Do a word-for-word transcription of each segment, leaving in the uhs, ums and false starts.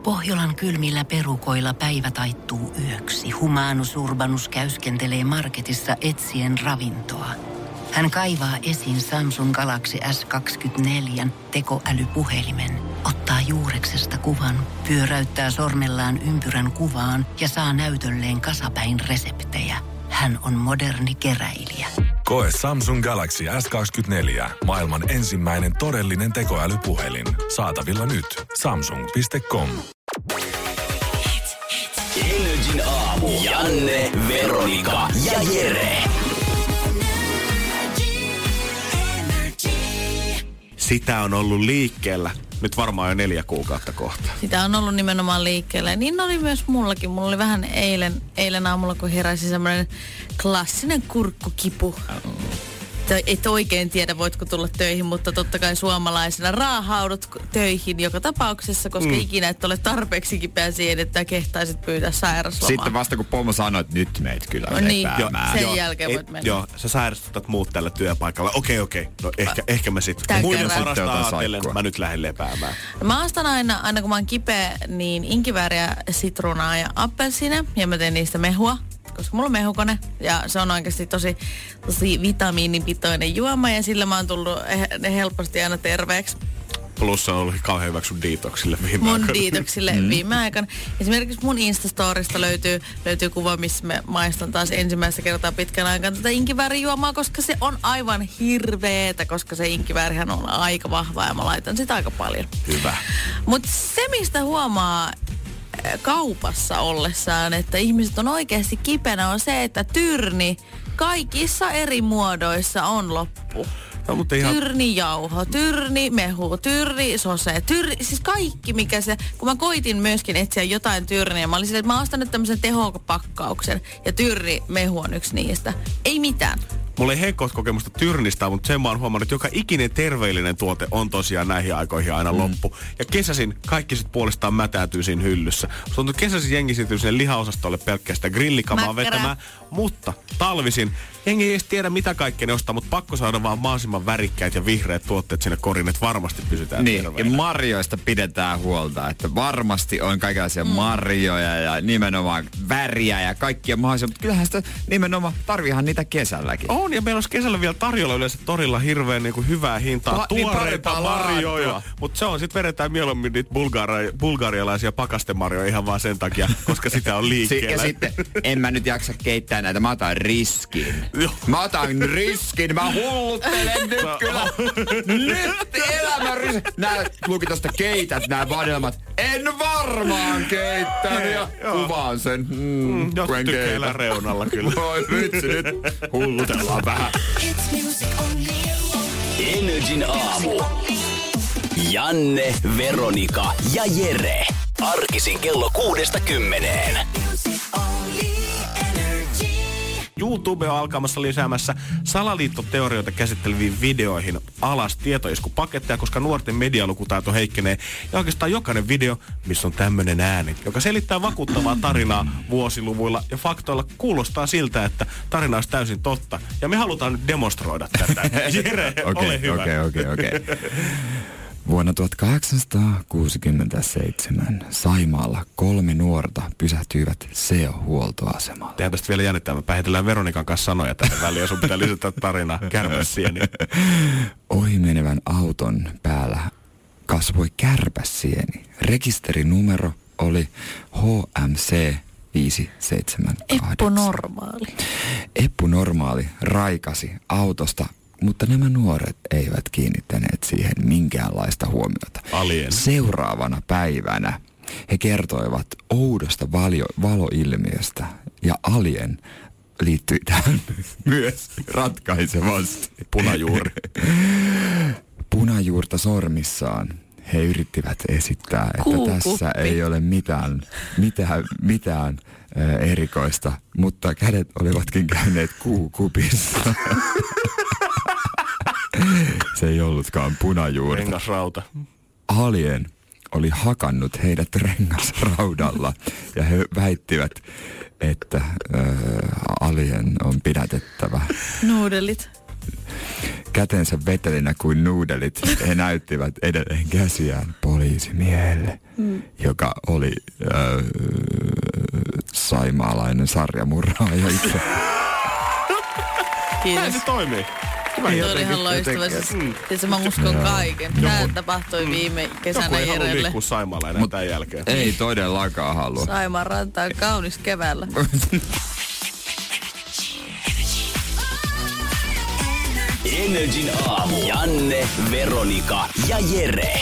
Pohjolan kylmillä perukoilla päivä taittuu yöksi. Humanus Urbanus käyskentelee marketissa etsien ravintoa. Hän kaivaa esiin Samsung Galaxy S kaksikymmentäneljä tekoälypuhelimen, ottaa juureksesta kuvan, pyöräyttää sormellaan ympyrän kuvaan ja saa näytölleen kasapäin reseptejä. Hän on moderni keräilijä. Koe Samsung Galaxy S kaksikymmentäneljä, maailman ensimmäinen todellinen tekoälypuhelin. Saatavilla nyt. samsung piste com. Energin aamu. Janne, Veronika ja Jere. Sitä on ollut liikkeellä nyt varmaan jo neljä kuukautta kohta. Sitä on ollut nimenomaan liikkeellä. Niin oli myös mullakin. Mulla oli vähän eilen, eilen aamulla, kun heräsi semmoinen klassinen kurkkukipu. Et oikein tiedä, voitko tulla töihin, mutta totta kai suomalaisena raahaudut töihin joka tapauksessa, koska mm. ikinä et ole tarpeeksi kipeä siihen, että kehtaisit pyytää sairaslomaa. Sitten vasta kun pomo sanoi, että nyt meitä kyllä no niin, lepäämään. sen joo, jälkeen voit et, mennä. Joo, sä sairastutat muut tällä työpaikalla. Okei, okei. No ehkä, ehkä mä sitten. Muiden parasta ajatellen, mä nyt lähden lepäämään. Mä ostan aina, aina kun mä oon kipeä, niin inkivääriä, sitruunaa ja appelsiineja, ja mä teen niistä mehua. Koska mulla on mehukone ja se on oikeasti tosi, tosi vitamiinipitoinen juoma ja sillä mä oon tullut he, helposti aina terveeksi. Plus on ollut kauhean hyväksi sun detoksille viime mun aikana. Mun detoksille mm. viime aikana. Esimerkiksi mun Instastorista löytyy, löytyy kuva, missä me maistan taas ensimmäistä kertaa pitkän aikaan tätä inkiväärijuomaa, koska se on aivan hirveetä, koska se inkiväärihän on aika vahva ja mä laitan sitä aika paljon. Hyvä. Mut se, mistä huomaa kaupassa ollessaan, että ihmiset on oikeasti kipeänä, on se, että tyrni kaikissa eri muodoissa on loppu. No, mutta ihan... Tyrnijauho, tyrnimehu, tyrnisose, tyrni, siis kaikki mikä se, kun mä koitin myöskin etsiä jotain tyrniä, mä olin silleen, että mä ostan nyt tämmöisen tehokapakkauksen ja tyrnimehu on yksi niistä. Ei mitään. Mulla ei heikkoista kokemusta tyrnistä, mutta sen mä oon huomannut, että joka ikinen terveellinen tuote on tosiaan näihin aikoihin aina mm. loppu. Ja kesäsin kaikki sit puolestaan mätäytyy siinä hyllyssä. Se on kesäsin jengi siirtyy sinne lihaosastolle pelkkästä grillikamaa Mäkkärä. vetämään. Mutta talvisin jengi ei edes tiedä mitä kaikkea ne ostaa, mutta pakko saada vaan mahdollisimman värikkäät ja vihreät tuotteet sinne korin, että varmasti pysytään niin, terveenä. Ja marjoista pidetään huolta, että varmasti on kaikenlaisia mm. marjoja ja nimenomaan väriä ja kaikkia mahdollisia, mutta kyllähän sitä nimenomaan tarviihan niitä kesälläkin. On, ja meillä olisi kesällä vielä tarjolla yleensä torilla hirveän niin kuin hyvää hintaa, Pa- tuoreita niin marjoja. Mutta se on, sitten vedetään mieluummin niitä bulgari- bulgarialaisia pakastemarjoja ihan vaan sen takia, koska sitä on liikkeellä. Ja sitten, en mä nyt jaksa keittää näitä, mä otan riskin. Mä otan riskin, mä hulluttelen nyt kyllä. Nyt elämä riskin. Nää luki tosta keität, nää vadelmat. En varmaan keittänyt ja kuvaan sen. Mm, mm, jos tykkää reunalla kyllä. Voi vitsi nyt, hullutellaan vähän. Energin aamu. Janne, Veronika ja Jere. Arkisin kello kuudesta kymmeneen. YouTube on alkamassa lisäämässä salaliittoteorioita käsitteleviin videoihin alas tietoiskupaketteja, koska nuorten medialukutaito heikkenee. Ja oikeastaan jokainen video, missä on tämmönen ääni, joka selittää vakuuttavaa tarinaa vuosiluvuilla ja faktoilla, kuulostaa siltä, että tarina olisi täysin totta. Ja me halutaan nyt demonstroida tätä. Jere, okay, ole hyvä. Okei, okei, okei. Vuonna tuhatkahdeksansataakuusikymmentäseitsemän Saimaalla kolme nuorta pysähtyivät S E O-huoltoasemalle. Tehdään tästä vielä jännittää. Me päihitellään Veronikan kanssa sanoja tänne väliin, ja sun pitää lisätä tarinaa kärpäsieni. Ohi menevän auton päällä kasvoi kärpäsieni. Rekisterinumero oli H M C viisi seitsemän kahdeksan. Eppu Normaali. Eppu Normaali raikasi autosta, mutta nämä nuoret eivät kiinnittäneet siihen minkäänlaista huomiota. Alien. Seuraavana päivänä he kertoivat oudosta valio, valoilmiöstä ja alien liittyi tähän myös ratkaisevasti. Punajuuri. Punajuurta sormissaan he yrittivät esittää, että Kuukuppi. Tässä ei ole mitään, mitään, mitään äh, erikoista, mutta kädet olivatkin käyneet kuukupissa. Se ei ollutkaan punajuurta. Rengasrauta. Alien oli hakannut heidät rengasraudalla ja he väittivät, että äh, alien on pidätettävä. Nuudelit. kätensä vetelinä kuin nuudelit. He näyttivät edelleen käsiään poliisimiehelle, mm. joka oli äh, saimaalainen sarjamurhaaja itse. Kiitos. Näin se toimii. Tuo oli ihan loistava. Siis mä uskon kaiken. Tämä tapahtui mm. viime kesänä Joku ei Jerelle. halua liikkua Saimaalla enää tämän jälkeen. Ei todellakaan halua. Saimaan ranta on kaunis keväällä. Energin aamu. Janne, Veronika ja Jere.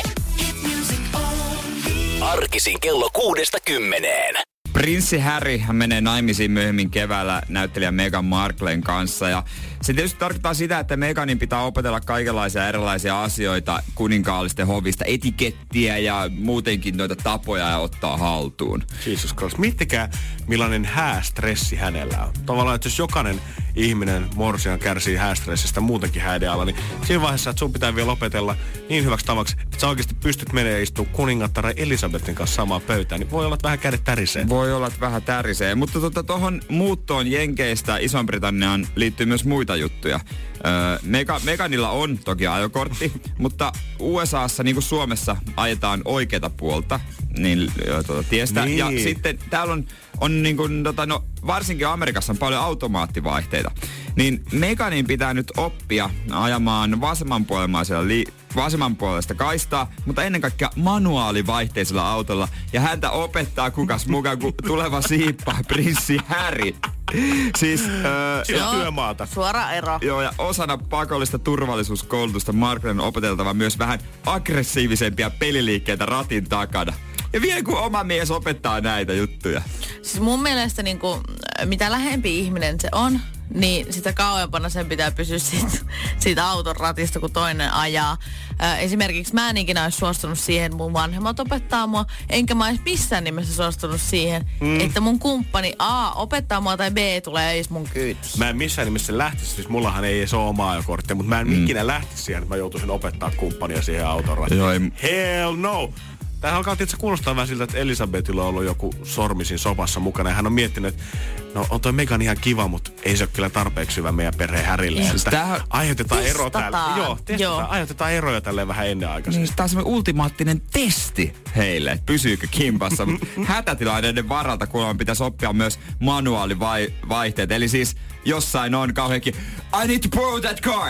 Arkisin kello kuudesta kymmeneen. Prinssi Harry menee naimisiin myöhemmin keväällä näyttelijä Meghan Marklen kanssa. Ja se tietysti tarkoittaa sitä, että Meghanin pitää opetella kaikenlaisia erilaisia asioita kuninkaallisten hovista, etikettiä ja muutenkin noita tapoja ja ottaa haltuun. Jesus Christ. Miettikää, millainen häästressi hänellä on. Tavallaan, että jos jokainen ihminen morsian kärsii häästressistä muutenkin häiden alla, niin siinä vaiheessa, että sun pitää vielä opetella niin hyväksi tavaksi, että sä oikeasti pystyt menemään istumaan kuningattaren Elisabetin kanssa samaan pöytään, niin voi olla, että vähän kädet tärisee. Voi olla, että vähän tärisee. Mutta tuohon tota, muuttoon Jenkeistä Iso-Britanniaan liittyy myös muita juttuja. Öö, Mega, Meghanilla on toki ajokortti, mutta U S A:ssa niin kuin Suomessa ajetaan oikeata puolta niin, tuota, tiestä. Niin. Ja sitten täällä on, on niin kuin, tota, no, varsinkin Amerikassa on paljon automaattivaihteita. Niin Meghanin pitää nyt oppia ajamaan vasemmanpuolemaisella li- vasemmanpuolesta kaistaa, mutta ennen kaikkea manuaalivaihteisella autolla. Ja häntä opettaa kukas mukaan kuin tuleva siippaa prinssi Harry. Siis öö, Siinä on työmaata. Suora ero. Joo, ja osana pakollista turvallisuuskoulutusta Marklen on opeteltava myös vähän aggressiivisempia peliliikkeitä ratin takana. Ja vielä kun oma mies opettaa näitä juttuja. Siis mun mielestä niin kuin, mitä lähempi ihminen se on, niin sitä kauempana sen pitää pysyä siitä, siitä auton ratista, kun toinen ajaa. Äh, esimerkiksi mä en ikinä olisi suostunut siihen, mun vanhemmat opettaa mua, enkä mä olisi missään nimessä suostunut siihen, mm. että mun kumppani A opettaa mua tai B tulee edes mun kyytiin. Mä en missään nimessä lähtisi, siis mullahan ei edes ole omaa ajokorttia, mutta mä en mm. ikinä lähtisi siihen, että mä joutuisin opettaa kumppania siihen auton rattiin. Joo, ei... Hell no! Tämähän alkaa tietysti kuulostaa vähän siltä, että Elisabetilla on ollut joku sormi siinä sopassa mukana. Ja hän on miettinyt, että no on toi Meghan ihan kiva, mutta ei se ole kyllä tarpeeksi hyvä meidän perheen Harrylle. Siis tämähän... Aiheutetaan ero tälle. Joo, testataan. Joo. Aiheutetaan eroja tälleen vähän ennenaikaisesti. Niin, tämä on semmoinen ultimaattinen testi heille, että pysyykö kimpassa. Hätätilanteiden varalta kuulemma pitäisi oppia myös manuaalivaihteet. Eli siis jossain on kauheankin I need to borrow that car.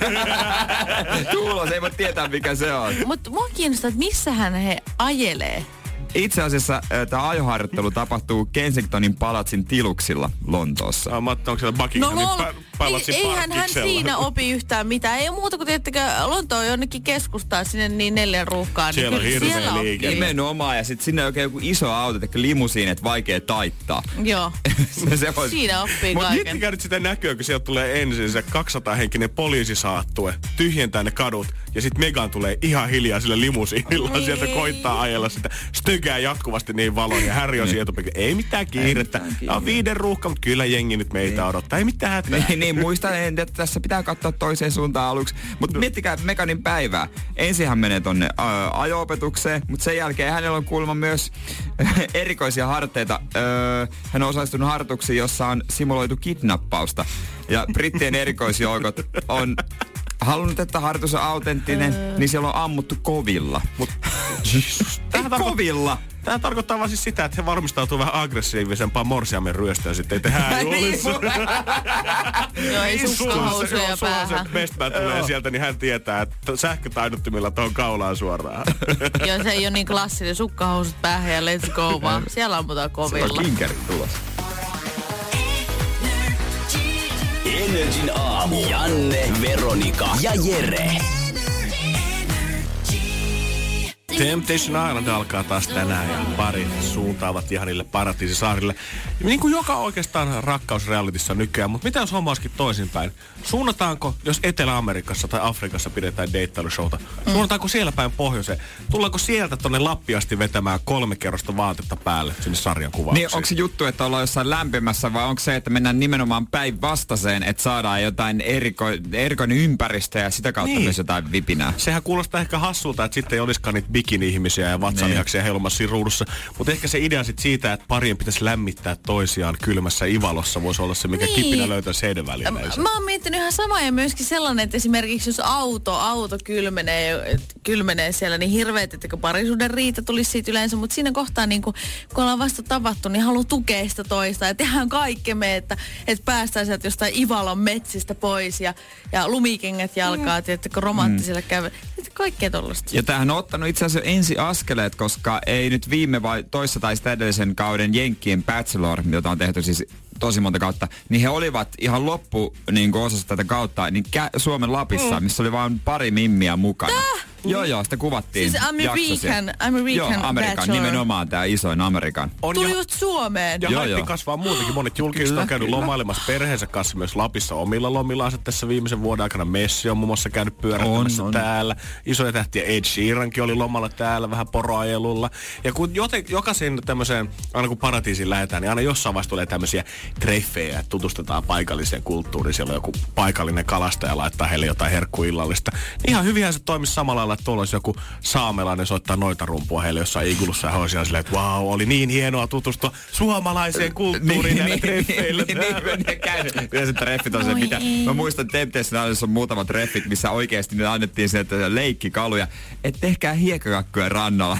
Tuulos, ei voi tietää mikä se on. Mutta mua kiinnostaa, että missähän he ajelee. Itse asiassa tämä ajoharjoittelu tapahtuu Kensingtonin palatsin tiluksilla Lontoossa. Ah, Matti, onko siellä Buckinghamin no, pa- palatsin ei, eihän hän siinä opi yhtään mitään. Ei ole muuta kuin, tiettäkö, Lontoon jonnekin keskustaa sinne niin neljän ruuhkaan. Siellä niin on hirveä liike. Nimenomaan, ja sitten sinne on oikein joku iso auto, että limusiinet vaikea taittaa. Joo, se, se on... siinä oppii Mut kaiken. Mutta miettikää nyt sitä näkyä, kun sieltä tulee ensin se kaksisataa-henkinen poliisisaattue, tyhjentää ne kadut, ja sitten Meghan tulee ihan hiljaa sillä limusiinilla, niin. Sieltä koittaa ajella sitä, stygää jatkuvasti niin valon, ja Harry on niin. Sieltä, ei mitään kiirettä, tämä on viiden ruuhka, mutta kyllä jengi nyt meitä niin. odottaa, ei mitään hätää. Niin, niin muistan, että tässä pitää katsoa toiseen suuntaan aluksi, mutta miettikää Meghanin päivää. Ensin hän menee tonne ä, ajo-opetukseen, mutta sen jälkeen hänellä on kuulemma myös erikoisia harteita. Ö, hän on osallistunut harjoituksiin, jossa on simuloitu kidnappausta, ja brittien erikoisjoukot on halunnut, että harjoitus on autenttinen, öö. niin siellä on ammuttu kovilla. Mut, Jesus, ei kovilla! Tämä tarkoittaa vaan siis sitä, että he varmistautuu vähän aggressiivisempaan morsiamen ryöstöön sitten, ettei hääjuhlissa. Joo, ei sukkahousuja päähän. Jos Westman tulee sieltä, niin hän tietää, että sähkötaidottimilla tuohon kaulaan suoraan. Joo, se ei ole niin klassinen sukkahousut päähän ja let's go vaan. Siellä ammutaan kovilla. Se on kinkerit tulos. Energin aamu. Janne, Veronika ja Jere. Temptation Island alkaa taas tänään ja parit suuntaavat ihan niille paratiisisaarille. Niin kuin joka oikeastaan rakkausrealitissa nykyään, mutta mitä jos homma olisikin toisinpäin? Suunnataanko, jos Etelä-Amerikassa tai Afrikassa pidetään deittailushowta, mm. suunnataanko siellä päin pohjoiseen? Tullaanko sieltä tonne Lappiasti vetämään kolme kerrosta vaatetta päälle sinne sarjan kuvauksiin? Niin, onko se juttu, että ollaan jossain lämpimässä vai onko se, että mennään nimenomaan päinvastaiseen, että saadaan jotain eriko, erikoinen ympäristö ja sitä kautta niin. Myös jotain vipinää? Sehän kuulostaa ehkä hassulta, että sitten ei olisikaan niitä bikini-ihmisiä ja vatsalihaksia heilumassa siinä ruudussa. Mutta ehkä se idea sit siitä, että parien pitäisi lämmittää toisiaan kylmässä ivalossa, voisi olla se, mikä niin. kipinä löytäisi heidän välillä. Mä oon miettinyt ihan samaa ja myöskin sellainen, että esimerkiksi jos auto, auto kylmenee, kylmenee siellä, niin hirveet, että kun parisuuden riita tulisi siitä yleensä, mutta siinä kohtaa, niin kun, kun ollaan vasta tavattu, niin haluaa tukea sitä toista ja tehdään kaikkemme, että, että päästään sieltä jostain Ivalon metsistä pois ja, ja lumikengät jalkaa, mm. että kun romanttiselle mm. käy. Kaikkea tollaista. Ja tämähän on ottanut itse asiassa ensi askeleet, koska ei nyt viime vai toissa tai sitä edellisen kauden Jenkkien Bachelor, jota on tehty siis tosi monta kautta, niin he olivat ihan loppu niin osassa tätä kautta niin kä- Suomen Lapissa, mm. missä oli vain pari mimmiä mukana. Täh? Joo, joo, sitä kuvattiin. Siis American, American Joo, Amerikan, Bachelor. Nimenomaan tämä isoin Amerikan. On Tuli just Suomeen. Ja joo, haippi joo. kasvaa muutenkin. Monet julkiset on käynyt lomailemassa perheensä kanssa myös Lapissa omilla lomillaan. Tässä viimeisen vuoden aikana Messi on muun muassa käynyt pyörähtämässä täällä. Isoja tähtiä Ed Sheerankin oli lomalla täällä vähän poroajelulla. Ja kun joten, jokaisen tämmöiseen, aina kun paratiisiin lähdetään, niin aina jossain vaiheessa tulee tämmöisiä treffejä, että tutustutaan paikalliseen kulttuuriin. Siellä on joku paikallinen kalastaja laittaa heille jotain herkkuillallista. Ihan hyvinhän se toimisi samalla lailla, että tuolla olisi joku saamelainen soittaa noita rumpua heille jossain igulussa ja he olisivat silleen, että vau, wow, oli niin hienoa tutustua suomalaiseen kulttuuriin näille treffeille. Niin, niin, niin, käynyt. Kyllä se treffit on se, mitä... Mä muistan Temptation Islandissa on muutamat treffit, missä oikeasti ne annettiin sieltä leikkikaluja, että tehkää hiekkakakkuja rannalla.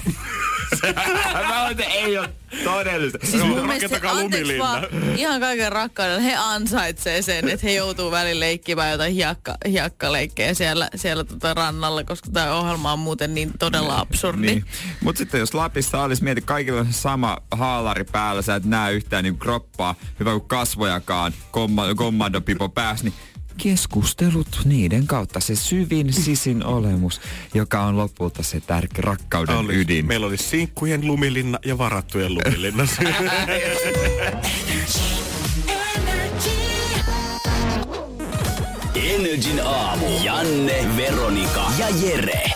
Mä olen, että ei ole todellista. Siis mun mielestä, anteeksi vaan, ihan kaiken rakkaudella, he ansaitsee sen, että he joutuu välillä leikkimään jotain hiekka, hiekkaleikkejä siellä, siellä tota rannalla, koska tämä ohjelma on muuten niin todella absurdi. Niin. Mutta sitten jos Lapissa olisi, mieti, kaikilla on sama haalari päällä, sä et näe yhtään niin kroppaa, hyvä kuin kasvojakaan, kommandopipo päässä, niin keskustelut niiden kautta, se syvin sisin olemus, joka on lopulta se tärkeä rakkauden oli, ydin. Meillä oli sinkkujen lumilinna ja varattujen lumilinna. Energin aamu. Janne, Veronika ja Jere.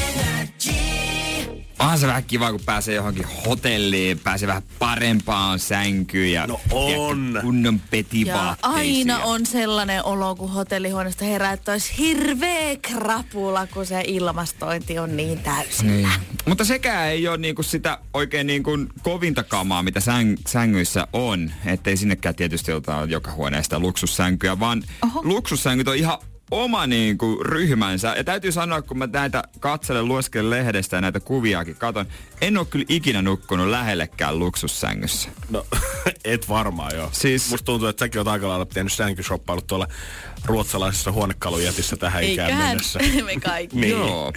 Onhan se vähän kiva, kun pääsee johonkin hotelliin, pääsee vähän parempaan sänkyyn ja, no on. ja kunnon petivaatteisiin. Aina on sellainen olo, kun hotellihuoneesta herää, että olisi hirveä krapula, kun se ilmastointi on niin täysillä. Niin. Mutta sekään ei ole niinku sitä oikein niinku kovinta kamaa, mitä säng- sängyissä on. Ettei sinnekään tietysti ota joka huoneesta luksussänkyä, vaan Oho. luksussänkyt on ihan oma niinku ryhmänsä. Ja täytyy sanoa, kun mä näitä katselen, lueskelen lehdestä ja näitä kuviakin katon, en ole kyllä ikinä nukkunut lähellekään luksussängyssä. No, et varmaan joo. Siis, musta tuntuu, että säkin oot aika lailla tehnyt sänkyshoppailut tuolla ruotsalaisessa huonekalujätissä tähän ikään mennessä. Eiköhän me kaikki. Niin. Joo.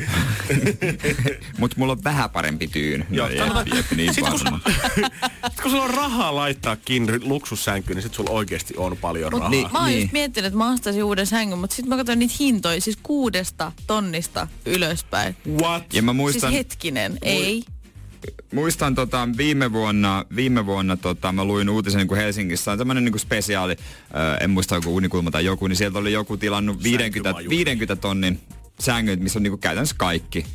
Mut mulla on vähän parempi tyyny. Joo, no, jep, jep, niin sit kun, sulla, sit kun sulla on rahaa laittaa kiinni luksussänkyyn, niin sit sulla oikeesti on paljon mut rahaa. Niin, mä oon niin. just miettinyt, että mä ostaisin uuden sängyn, mutta sit mä katsoin niitä hintoja, siis kuudesta tonnista ylöspäin. What? Ja mä muistan, siis hetkinen, mu- ei. Muistan tota, viime vuonna, viime vuonna tota, mä luin uutisen niin kuin Helsingissä on tämmönen niin kuin spesiaali, äh, en muista joku Unikulma tai joku, niin sieltä oli joku tilannut viisikymmentä tonnin sängyt, missä on niin kuin käytännössä kaikki.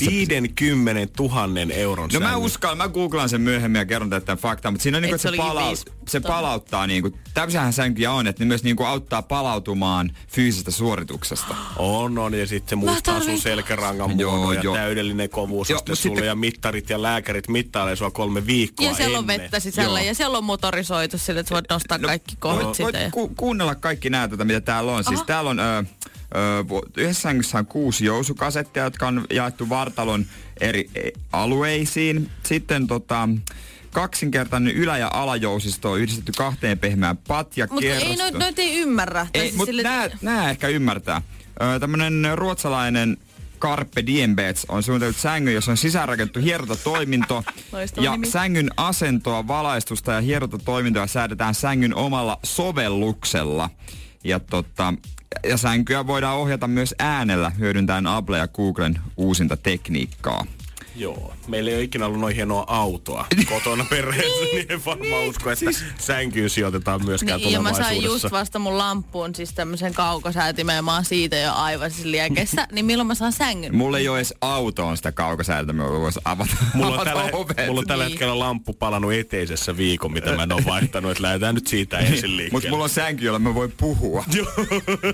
viisikymmentätuhatta euron No mä uskallan, mä googlaan sen myöhemmin ja kerron tätä faktaa, mutta siinä on niinku, että se, palaut, se palauttaa niinku, tämmöisiähän sänkyjä on, että ne myös niinku auttaa palautumaan fyysisestä suorituksesta. On, on, ja sitten se muistaa sun selkärangan muodon ja jo. täydellinen kovuus, jo, sitten sulle sitten ja mittarit ja lääkärit mittailee sua kolme viikkoa ja siellä ennen. on vettä sisällä ja siellä on motorisoitu sille, että voit nostaa no, kaikki kohdat no, siitä. Voit ku, kuunnella kaikki nää, tota, mitä täällä on. Aha. Siis täällä on... Ö, Öö, yhdessä sängyssä on kuusi jousukasettia, jotka on jaettu vartalon eri alueisiin. Sitten tota, kaksinkertainen ylä- ja alajousisto on yhdistetty kahteen pehmeään patjakerrostoon. Mutta ei noit, noit ei ymmärrä. Ei, siis mutta sille... nää, nää ehkä ymmärtää. Öö, tämmönen ruotsalainen Carpe Diem Beds on suunniteltu sängyn, jossa on sisäänrakennettu hierontatoiminto. Ja nimi. Sängyn asentoa, valaistusta ja hierontatoimintoa säädetään sängyn omalla sovelluksella. Ja tota... Ja sänkyä voidaan ohjata myös äänellä hyödyntäen Apple ja Googlen uusinta tekniikkaa. Joo. Meillä ei ole ikinä ollut noin hienoa autoa kotona perheessä, niin en varmaan usko, että siis sänkyyn sijoitetaan myöskään niin, tulevaisuudessa. Ja mä sain just vasta mun lampuun siis tämmöisen kaukosäätimen ja mä oon siitä jo aivan siis liekessä. Niin milloin mä saan sängyn? Mulla ei ole edes autoon sitä kaukosäätiltä, mä voisin avata, mulla avata tällä, ovet. Mulla on tällä niin. hetkellä lamppu palannut eteisessä viikon, mitä mä en ole vaihtanut, että lähdetään nyt siitä ensin liikkeelle. Mutta mulla on sänky, jolla mä voin puhua.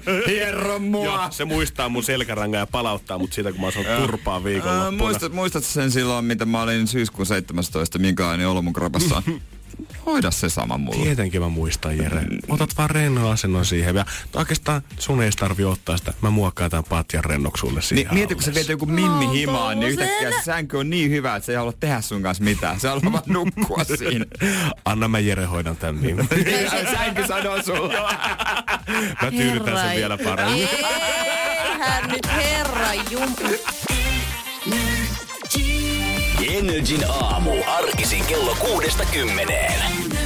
Hierro mua! Joo, se muistaa mun selkärangan ja palauttaa mut siitä, kun mä oon turpaa viikonloppuna. Muistat, muistat sen silloin, mitä mä olin syyskuun seitsemästoista, minkälainen olo mun kropassa on. Hoida se sama mulle. Tietenkin mä muistan, Jere. Otat vaan rennon asennon siihen. Ja oikeastaan sun ei tarvi ottaa sitä. Mä muokkaan tämän patjan rennoksi sulle siihen. Ni, mieti, kun sä viet joku mimmi himaan, niin yhtäkkiä se sänky on niin hyvä, että se ei halua tehdä sun kanssa mitään. Se haluaa vaan nukkua siinä. Anna mä Jere hoidan tän niin. Sänky sanoo sulle. Mä tyydytän sen vielä paremmin. Eihän nyt herra jumala. Energin aamu. Arkisin kello kuudesta kymmeneen.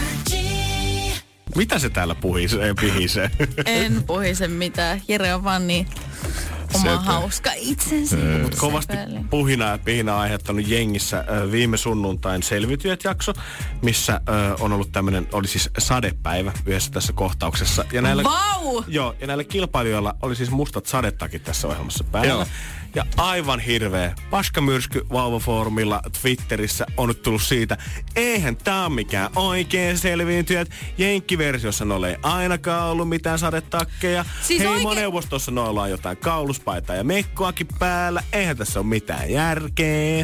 Mitä se täällä puhisee, pihisee? En puhise mitään. Jere on vaan niin oma Sepä. hauska itsensä. Mut kovasti puhinaa ja pihinaa aiheuttanut jengissä äh, viime sunnuntain Selviytyjät-jakso, missä äh, on ollut tämmönen, oli siis sadepäivä yhdessä tässä kohtauksessa. Ja näillä, Vau! Joo, ja näillä kilpailijoilla oli siis mustat sadetakit tässä ohjelmassa päällä. Joo. Ja aivan hirveä paskamyrsky vauvafoorumilla Twitterissä on nyt tullut siitä, eihän tää on mikään oikein Selviytyjät. Jenkkiversiossa noilla ei ainakaan ollut mitään sadetakkeja. Siis Heimoneuvostossa noilla on jotain kauluspaitaa ja mekkoakin päällä. Eihän tässä ole mitään järkeä.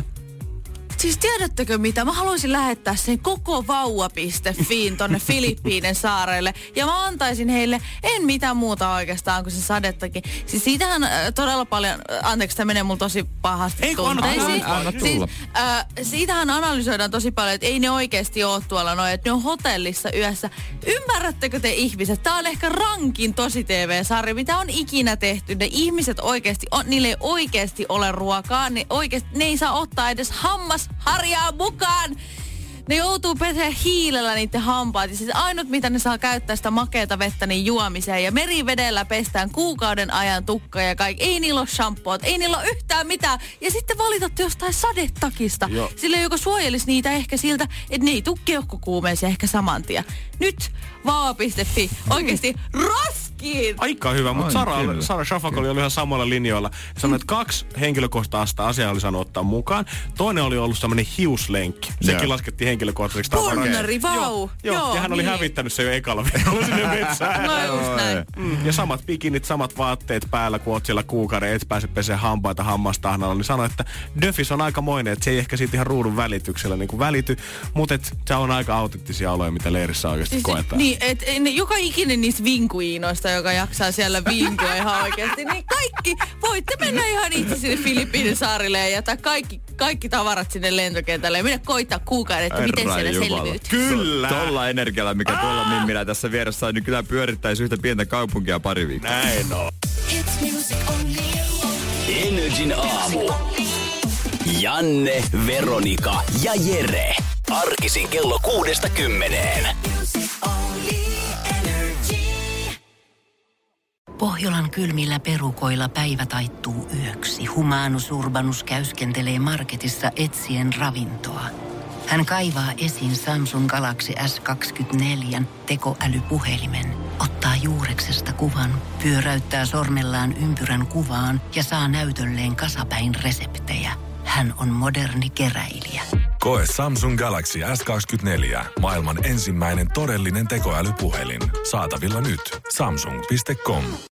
Siis tiedättekö mitä? Mä haluaisin lähettää sen koko vauva piste fiin tonne Filippiinen saarelle. Ja mä antaisin heille en mitään muuta oikeastaan kuin se sadettakin. Siis siitähän äh, todella paljon, äh, anteeksi tää menee mulla tosi pahasti Ei, kun anna tunteisiin. tulla, anna Siis, tulla. äh, siitähän analysoidaan tosi paljon, että ei ne oikeasti ole tuolla noin, että ne on hotellissa yössä. Ymmärrättekö te ihmiset? Tää on ehkä rankin tosi T V-sarja, mitä on ikinä tehty. Ne ihmiset oikeasti, on, niille ei oikeasti ole ruokaa. Ne, oikeasti, ne ei saa ottaa edes hammas harjaa mukaan. Ne joutuu pesee hiilellä niiden hampaat. Ja siis ainut, mitä ne saa käyttää sitä makeata vettä niin juomiseen. Ja merivedellä pestään kuukauden ajan tukka ja kaikki. Ei niillä ole shampoot, ei niillä ole yhtään mitään. Ja sitten valitatte jostain sadetakista. Joo. Sille, joka suojelisi niitä ehkä siltä, että ne ei tule keuhkokuumeeseen ehkä saman tien. Nyt vauva piste fi. Oikeasti roskiin! Aika hyvä, mutta Ai, Sara, kyllä. Sara Shafak oli ihan samalla linjoilla. Sanoi, että kaksi henkilökohtaista asiaa oli saanut ottaa mukaan. Toinen oli ollut semmoinen hiuslenkki. Sekin Joo. laskettiin henkilökohtaiseksi tavaraksi. Ponneri, vau! Joo, joo, ja hän oli niin. hävittänyt sen jo ekalla viikolla sinne metsään. No just näin. Mm, ja samat bikinit, samat vaatteet päällä, kun oot siellä kuukauden, et pääse pesee hampaita hammastahnalla, niin sanoi, että Döfis on aikamoinen, että se ei ehkä siitä ihan ruudun välityksellä niin kuin välity, mutta et se on aika autenttisia oloja, mitä leirissä oikeasti Siis, koetaan. niin, et, et, joka ikinen niistä vinkuiinoista, joka jaksaa siellä vinkua ihan oikeasti, niin kaikki, voitte mennä ihan itse sinne Filippiinin saarille ja jättää kaikki, kaikki tavarat sinne lentokentälle ja mennä koittaa kuukauden, että miten Herran siellä Jumala. selviytyy. Kyllä! Tuolla energialla, mikä tuolla Mimmillä tässä vieressä on, niin kyllä pyörittäisi yhtä pientä kaupunkia pari viikkoa. Näin on. Energin aamu. Janne, Veronika ja Jere. Arkisin kello kuudesta kymmeneen. Pohjolan kylmillä perukoilla päivä taittuu yöksi. Humanus Urbanus käyskentelee marketissa etsien ravintoa. Hän kaivaa esiin Samsung Galaxy S kaksikymmentäneljä tekoälypuhelimen, ottaa juureksesta kuvan, pyöräyttää sormellaan ympyrän kuvaan ja saa näytölleen kasapäin reseptejä. Hän on moderni keräilijä. Koe Samsung Galaxy S kaksikymmentäneljä. Maailman ensimmäinen todellinen tekoälypuhelin. Saatavilla nyt. Samsung piste com.